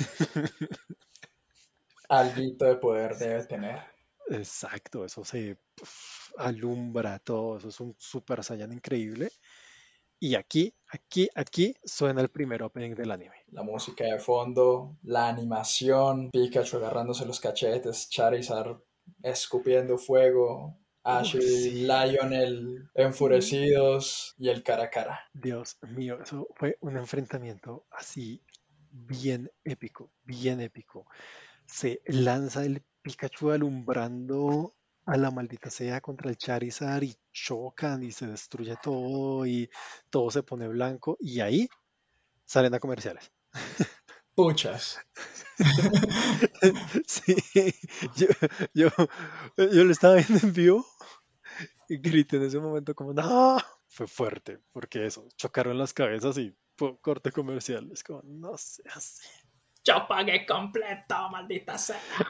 Alguito de poder debe tener. Exacto, eso se pf, alumbra todo, eso es un Super Saiyan increíble. Y aquí, aquí, aquí suena el primer opening del anime. La música de fondo, la animación, Pikachu agarrándose los cachetes, Charizard escupiendo fuego, Ash Uy, y sí. Lionel enfurecidos y el cara a cara. Dios mío, eso fue un enfrentamiento así bien épico, bien épico. Se lanza el Pikachu alumbrando a la maldita sea contra el Charizard y chocan y se destruye todo y todo se pone blanco y ahí salen a comerciales. Puchas. Sí, yo, yo, yo lo estaba viendo en vivo y grité en ese momento como, no, fue fuerte, porque eso, chocaron las cabezas y ¡pum! Corte comercial. Es como, no sé así. Yo pagué completo, maldita sea.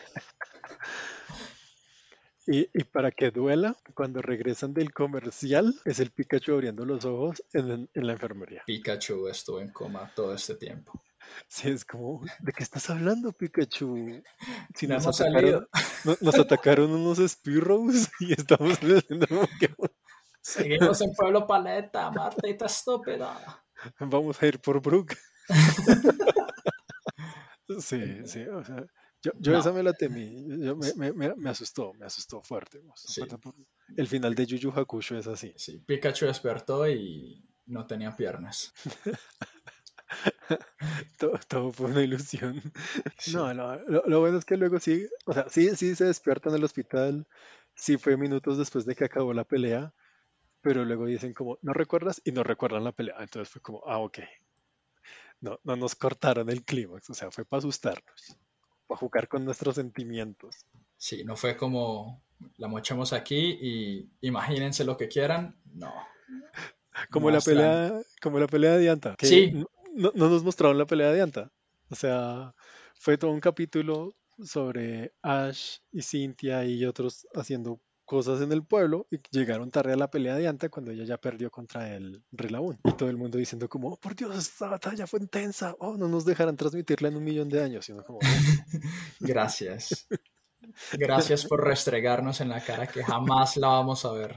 Y, y para que duela, cuando regresan del comercial, es el Pikachu abriendo los ojos en, en la enfermería. Pikachu estuvo en coma todo este tiempo. Sí, es como, ¿de qué estás hablando, Pikachu? Si No nos hemos salido. atacaron, no- nos atacaron unos Spearows y estamos en el centro Pokémon. Seguimos en Pueblo Paleta, maldita estúpida. Vamos a ir por Brook. Sí, sí, o sea, yo, yo esa No, me la temí, yo, me, me, me- me asustó, me asustó fuerte, me asustó fuerte sí, por- El final de Yu Yu Hakusho es así. sí. Pikachu despertó y no tenía piernas. Todo, todo fue una ilusión. Sí. No, no, lo, lo bueno es que luego sí, o sea, sí, sí se despierta en el hospital, sí fue minutos después de que acabó la pelea, pero luego dicen como, ¿no recuerdas? Y no recuerdan la pelea. Entonces fue como, ah, ok, no, no nos cortaron el clímax, o sea, fue para asustarnos, para jugar con nuestros sentimientos. Sí, no fue como la mochamos aquí y imagínense lo que quieran. No, Como la muestran. pelea, como la pelea de Anta, que Sí, no, no- no nos mostraron la pelea de Anta. O sea, fue todo un capítulo sobre Ash y Cynthia y otros haciendo cosas en el pueblo y llegaron tarde a la pelea de Anta cuando ella ya perdió contra el Rillaboom. Y todo el mundo diciendo como, oh, por Dios, esta batalla fue intensa. Oh, no nos dejarán transmitirla en un millón de años. Y uno como, "Uf". gracias. Gracias por restregarnos en la cara que jamás la vamos a ver.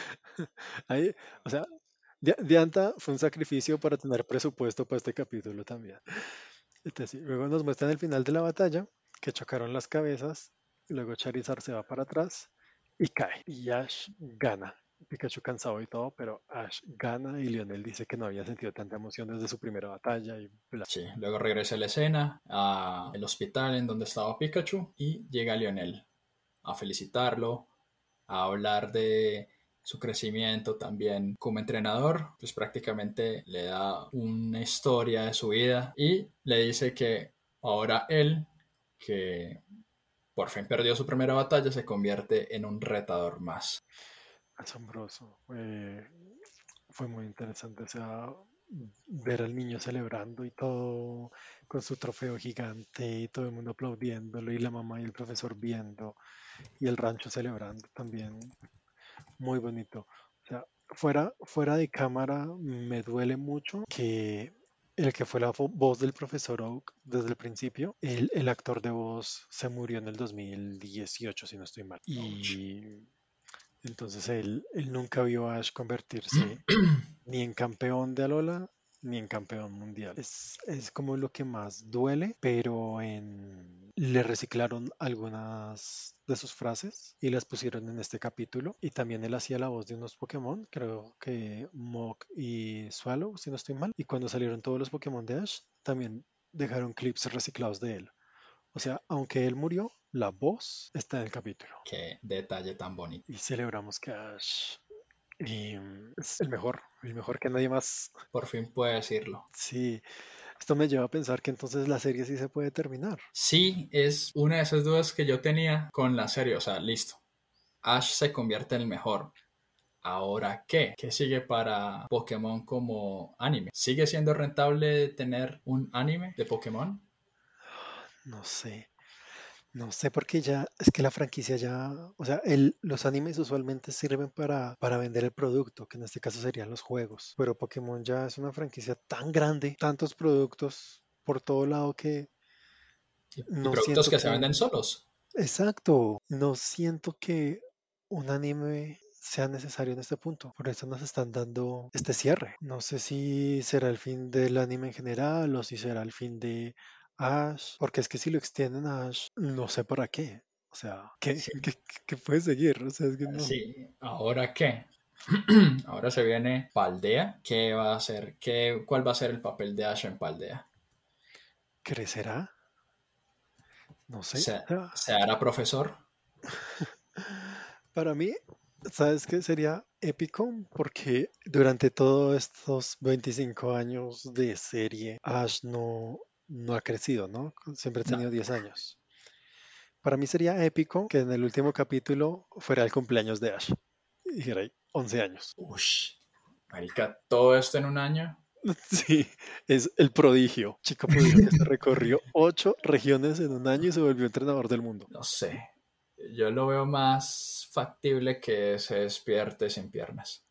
Ahí, o sea, Dia- Dianta fue un sacrificio para tener presupuesto para este capítulo también. Entonces, sí, luego nos muestran el final de la batalla, que chocaron las cabezas, y luego Charizard se va para atrás y cae. Y Ash gana. Pikachu cansado y todo, pero Ash gana y Lionel dice que no había sentido tanta emoción desde su primera batalla y bla. Sí, luego regresa a la escena, al hospital en donde estaba Pikachu y llega Lionel a felicitarlo, a hablar de su crecimiento también como entrenador, pues prácticamente le da una historia de su vida y le dice que ahora él, que por fin perdió su primera batalla, se convierte en un retador más. Asombroso. Fue, fue muy interesante. O sea, ver al niño celebrando y todo con su trofeo gigante y todo el mundo aplaudiéndolo y la mamá y el profesor viendo y el rancho celebrando también. Muy bonito. O sea, fuera, fuera de cámara me duele mucho que el que fue la vo- voz del profesor Oak desde el principio, el, el actor de voz se murió en el dos mil dieciocho, si no estoy mal. Ouch. Y entonces él, él nunca vio a Ash convertirse ni en campeón de Alola ni en campeón mundial. Es, es como lo que más duele, pero en... le reciclaron algunas de sus frases y las pusieron en este capítulo. Y también él hacía la voz de unos Pokémon, creo que Mog y Swallow, si no estoy mal. Y cuando salieron todos los Pokémon de Ash, también dejaron clips reciclados de él. O sea, aunque él murió, la voz está en el capítulo. Qué detalle tan bonito. Y celebramos que Ash y, mm, es el mejor, el mejor que nadie más. Por fin puede decirlo. Sí, esto me lleva a pensar que entonces la serie sí se puede terminar. Sí, es una de esas dudas que yo tenía con la serie. O sea, listo. Ash se convierte en el mejor. ¿Ahora qué? ¿Qué sigue para Pokémon como anime? ¿Sigue siendo rentable tener un anime de Pokémon? No sé, no sé porque ya, es que la franquicia ya, o sea, el, los animes usualmente sirven para, para vender el producto, que en este caso serían los juegos, pero Pokémon ya es una franquicia tan grande, tantos productos por todo lado que Y, y no productos siento que se que, venden solos. exacto, no siento que un anime sea necesario en este punto. Por eso nos están dando este cierre. No sé si será el fin del anime en general o si será el fin de Ash, porque es que si lo extienden a Ash, no sé para qué. O sea, ¿qué, Sí, qué, qué puede seguir? O sea, es que no. sí. ¿Ahora qué? Ahora se viene Paldea. ¿Qué va a hacer? ¿Qué, cuál va a ser el papel de Ash en Paldea? ¿Crecerá? No sé. ¿Se, O sea, se hará profesor? para mí, ¿sabes qué sería épico? Porque durante todos estos veinticinco años de serie, Ash no, no ha crecido, ¿no? Siempre ha No. tenido diez años. Para mí sería épico que en el último capítulo fuera el cumpleaños de Ash. Y dijera ahí, once años. Ush. Marica, todo esto en un año. Sí, es el prodigio. Chico prodigio que se recorrió ocho regiones en un año y se volvió entrenador del mundo. No sé. Yo lo veo más factible que se despierte sin piernas.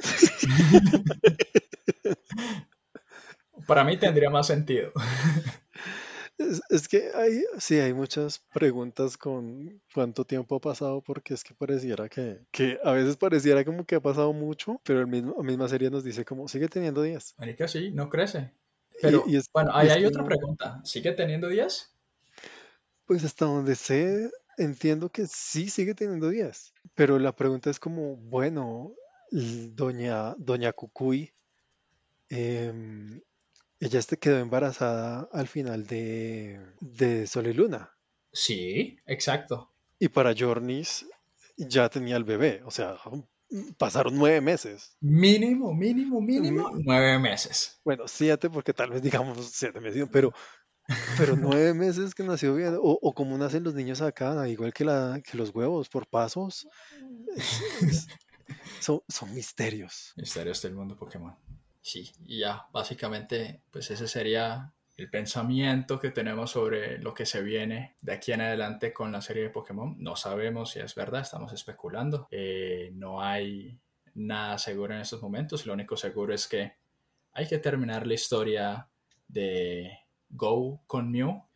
Para mí tendría más sentido. Es, es que hay, sí, hay muchas preguntas con cuánto tiempo ha pasado, porque es que pareciera que, que a veces pareciera como que ha pasado mucho, pero el mismo, la misma serie nos dice como sigue teniendo días. Marica, sí, no crece. Y, Pero y es, bueno, y ahí es hay otra como, pregunta. ¿Sigue teniendo días? pues hasta donde sé, entiendo que sí sigue teniendo días, pero la pregunta es como, bueno, l- doña, doña Cucuy, em, ella este quedó embarazada al final de, de Sol y Luna. Sí, exacto. Y para Jornis ya tenía el bebé, o sea, pasaron nueve meses. Mínimo, mínimo, mínimo, Mm, nueve meses. Bueno, siete, porque tal vez digamos siete meses, pero, pero nueve meses que nació bien, o, o como nacen los niños acá, igual que, la, que los huevos por pasos, es- es- son, son misterios. Misterios del mundo Pokémon. Sí, y ya, básicamente, pues ese sería el pensamiento que tenemos sobre lo que se viene de aquí en adelante con la serie de Pokémon. No sabemos si es verdad, estamos especulando. Eh, no hay nada seguro en estos momentos. Lo único seguro es que hay que terminar la historia de Go con Mew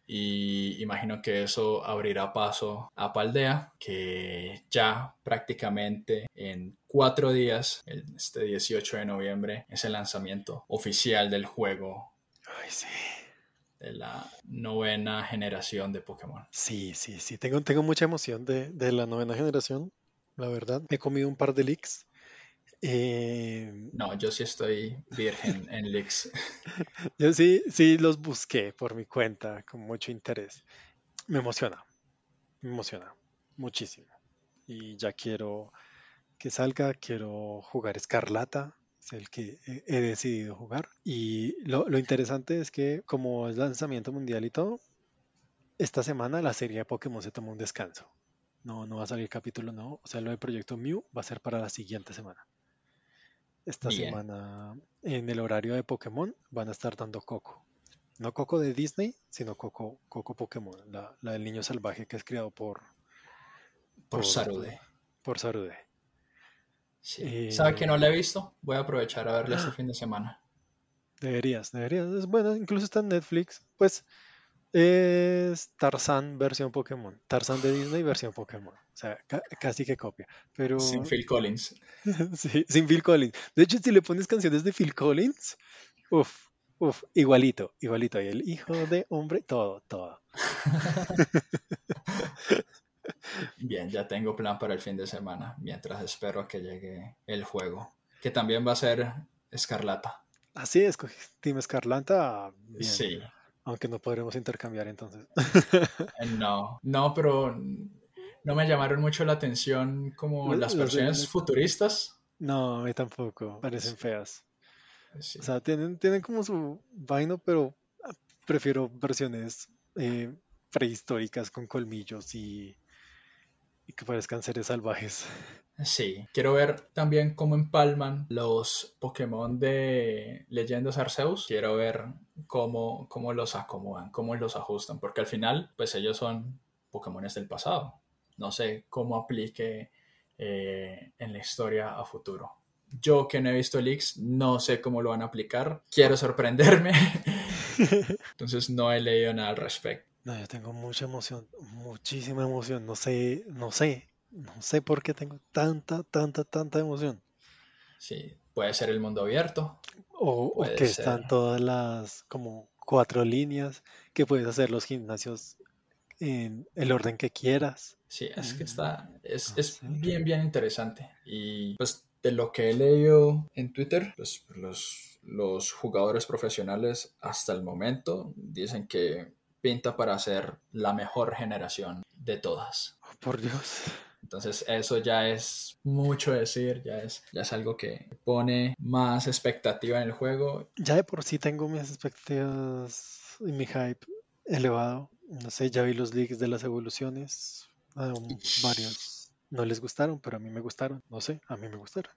y imagino que eso abrirá paso a Paldea, que ya prácticamente en cuatro días, el, este dieciocho de noviembre, es el lanzamiento oficial del juego Ay, sí. de la novena generación de Pokémon. Sí, sí, sí. Tengo, tengo mucha emoción de, de la novena generación, la verdad. He comido un par de leaks. Eh, No, yo sí estoy virgen en leaks. yo sí, sí los busqué por mi cuenta con mucho interés. Me emociona, me emociona muchísimo. Y ya quiero que salga, quiero jugar Escarlata, es el que he, he decidido jugar. Y lo, lo interesante es que como es lanzamiento mundial y todo, esta semana la serie de Pokémon se tomó un descanso. No, no va a salir capítulo, no. O sea, lo del proyecto Mew va a ser para la siguiente semana. Esta Bien, semana, en el horario de Pokémon, van a estar dando Coco. No Coco de Disney, sino Coco, Coco Pokémon, la, la del niño salvaje que es creado por, por por, por, Sarude. por Sarude. Sí. ¿Sabe que Eh, no la he visto? Voy a aprovechar a verla este fin de semana. deberías, deberías. Es bueno, incluso está en Netflix. Pues es Tarzán versión Pokémon. Tarzán de Disney versión Pokémon. O sea, ca- casi que copia. Sin Pero Phil Collins. sí, sin Phil Collins. De hecho, si le pones canciones de Phil Collins, uff, uff, igualito, igualito. Y el hijo de hombre, todo, todo. Bien, ya tengo plan para el fin de semana, mientras espero a que llegue el juego, que también va a ser Escarlata. Así es, Team Escarlata, bien. Sí, Aunque no podremos intercambiar entonces. eh, no, no, pero no me llamaron mucho la atención como Lo- las Los de versiones Violeta. futuristas. No, a mí tampoco. Parecen Sí, feas. O sí, sea, tienen, tienen como su vaino, pero ah, prefiero versiones eh, prehistóricas con colmillos y, y que parezcan seres salvajes. sí. Quiero ver también cómo empalman los Pokémon de Leyendas Arceus. Quiero ver cómo, cómo los acomodan, cómo los ajustan, porque al final, pues ellos son Pokémones del pasado. No sé cómo aplique eh, en la historia a futuro. Yo que no he visto leaks, no sé cómo lo van a aplicar. Quiero sorprenderme. Entonces no he leído nada al respecto. No, yo tengo mucha emoción, muchísima emoción. No sé, no sé, no sé por qué tengo tanta, tanta, tanta emoción. Sí, puede ser el mundo abierto, O, o puede que ser. están todas las como cuatro líneas, que puedes hacer los gimnasios en el orden que quieras. Sí, es que Mm, está, es, no es sé. bien, bien interesante. Y pues de lo que he leído en Twitter, pues los, los jugadores profesionales hasta el momento dicen que pinta para ser la mejor generación de todas. Oh, por Dios. Entonces eso ya es mucho decir, ya es, ya es algo que pone más expectativa en el juego. Ya de por sí tengo mis expectativas y mi hype elevado. No sé, ya vi los leaks de las evoluciones. A un- varios no les gustaron, pero a mí me gustaron. No sé, a mí me gustaron.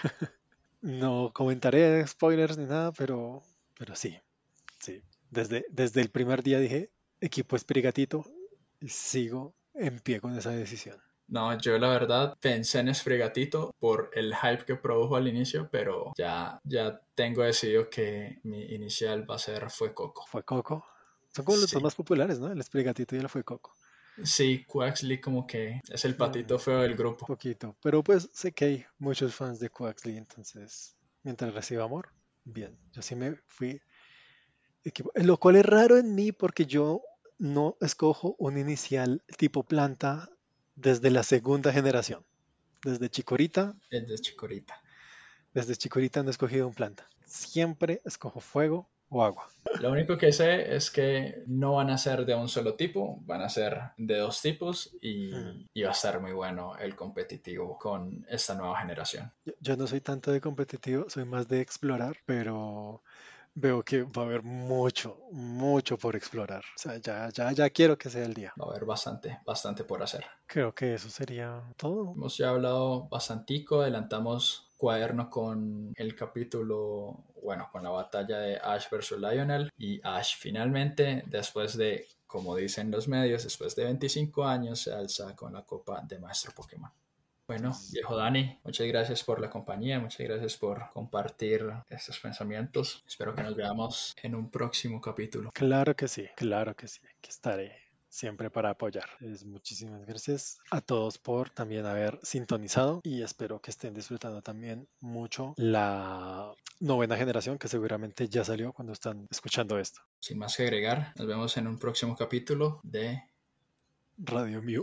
No comentaré spoilers ni nada, pero, pero sí, sí. Desde, desde el primer día dije, equipo Espirigatito, y sigo en pie con esa decisión. No, yo la verdad pensé en Sprigatito por el hype que produjo al inicio, pero ya, ya tengo decidido que mi inicial va a ser Fue Coco. Fue Coco. Son como los dos Sí, más populares, ¿no? El Espirigatito y el Fue Coco. sí, Quaxley como que es el Mm, patito feo del grupo. poquito. Pero pues sé que hay muchos fans de Quaxley, entonces, mientras reciba amor, bien. Yo sí me fui equipo. Lo cual es raro en mí porque yo no escojo un inicial tipo planta desde la segunda generación. Desde Chikorita, Es de Chikorita. desde Chikorita no he escogido un planta. Siempre escojo fuego o agua. Lo único que sé es que no van a ser de un solo tipo, van a ser de dos tipos Mm. y, y va a estar muy bueno el competitivo con esta nueva generación. Yo, yo no soy tanto de competitivo, soy más de explorar, pero veo que va a haber mucho, mucho por explorar. O sea, ya, ya, ya quiero que sea el día. Va a haber bastante, bastante por hacer. Creo que eso sería todo. Hemos ya hablado bastantico, adelantamos cuaderno con el capítulo, bueno, con la batalla de Ash versus Lionel y Ash finalmente, después de, como dicen los medios, después de veinticinco años, se alza con la copa de Maestro Pokémon. Bueno, Entonces, viejo Dani, muchas gracias por la compañía, muchas gracias por compartir estos pensamientos. Espero que nos veamos en un próximo capítulo. claro que sí, claro que sí. Aquí estaré siempre para apoyar. Es muchísimas gracias a todos por también haber sintonizado y espero que estén disfrutando también mucho la novena generación que seguramente ya salió cuando están escuchando esto. Sin más que agregar, nos vemos en un próximo capítulo de Radio Mew.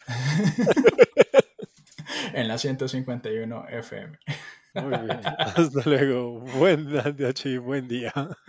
en la ciento cincuenta y uno F M. Muy bien. Hasta luego. Buenas noches y buen día.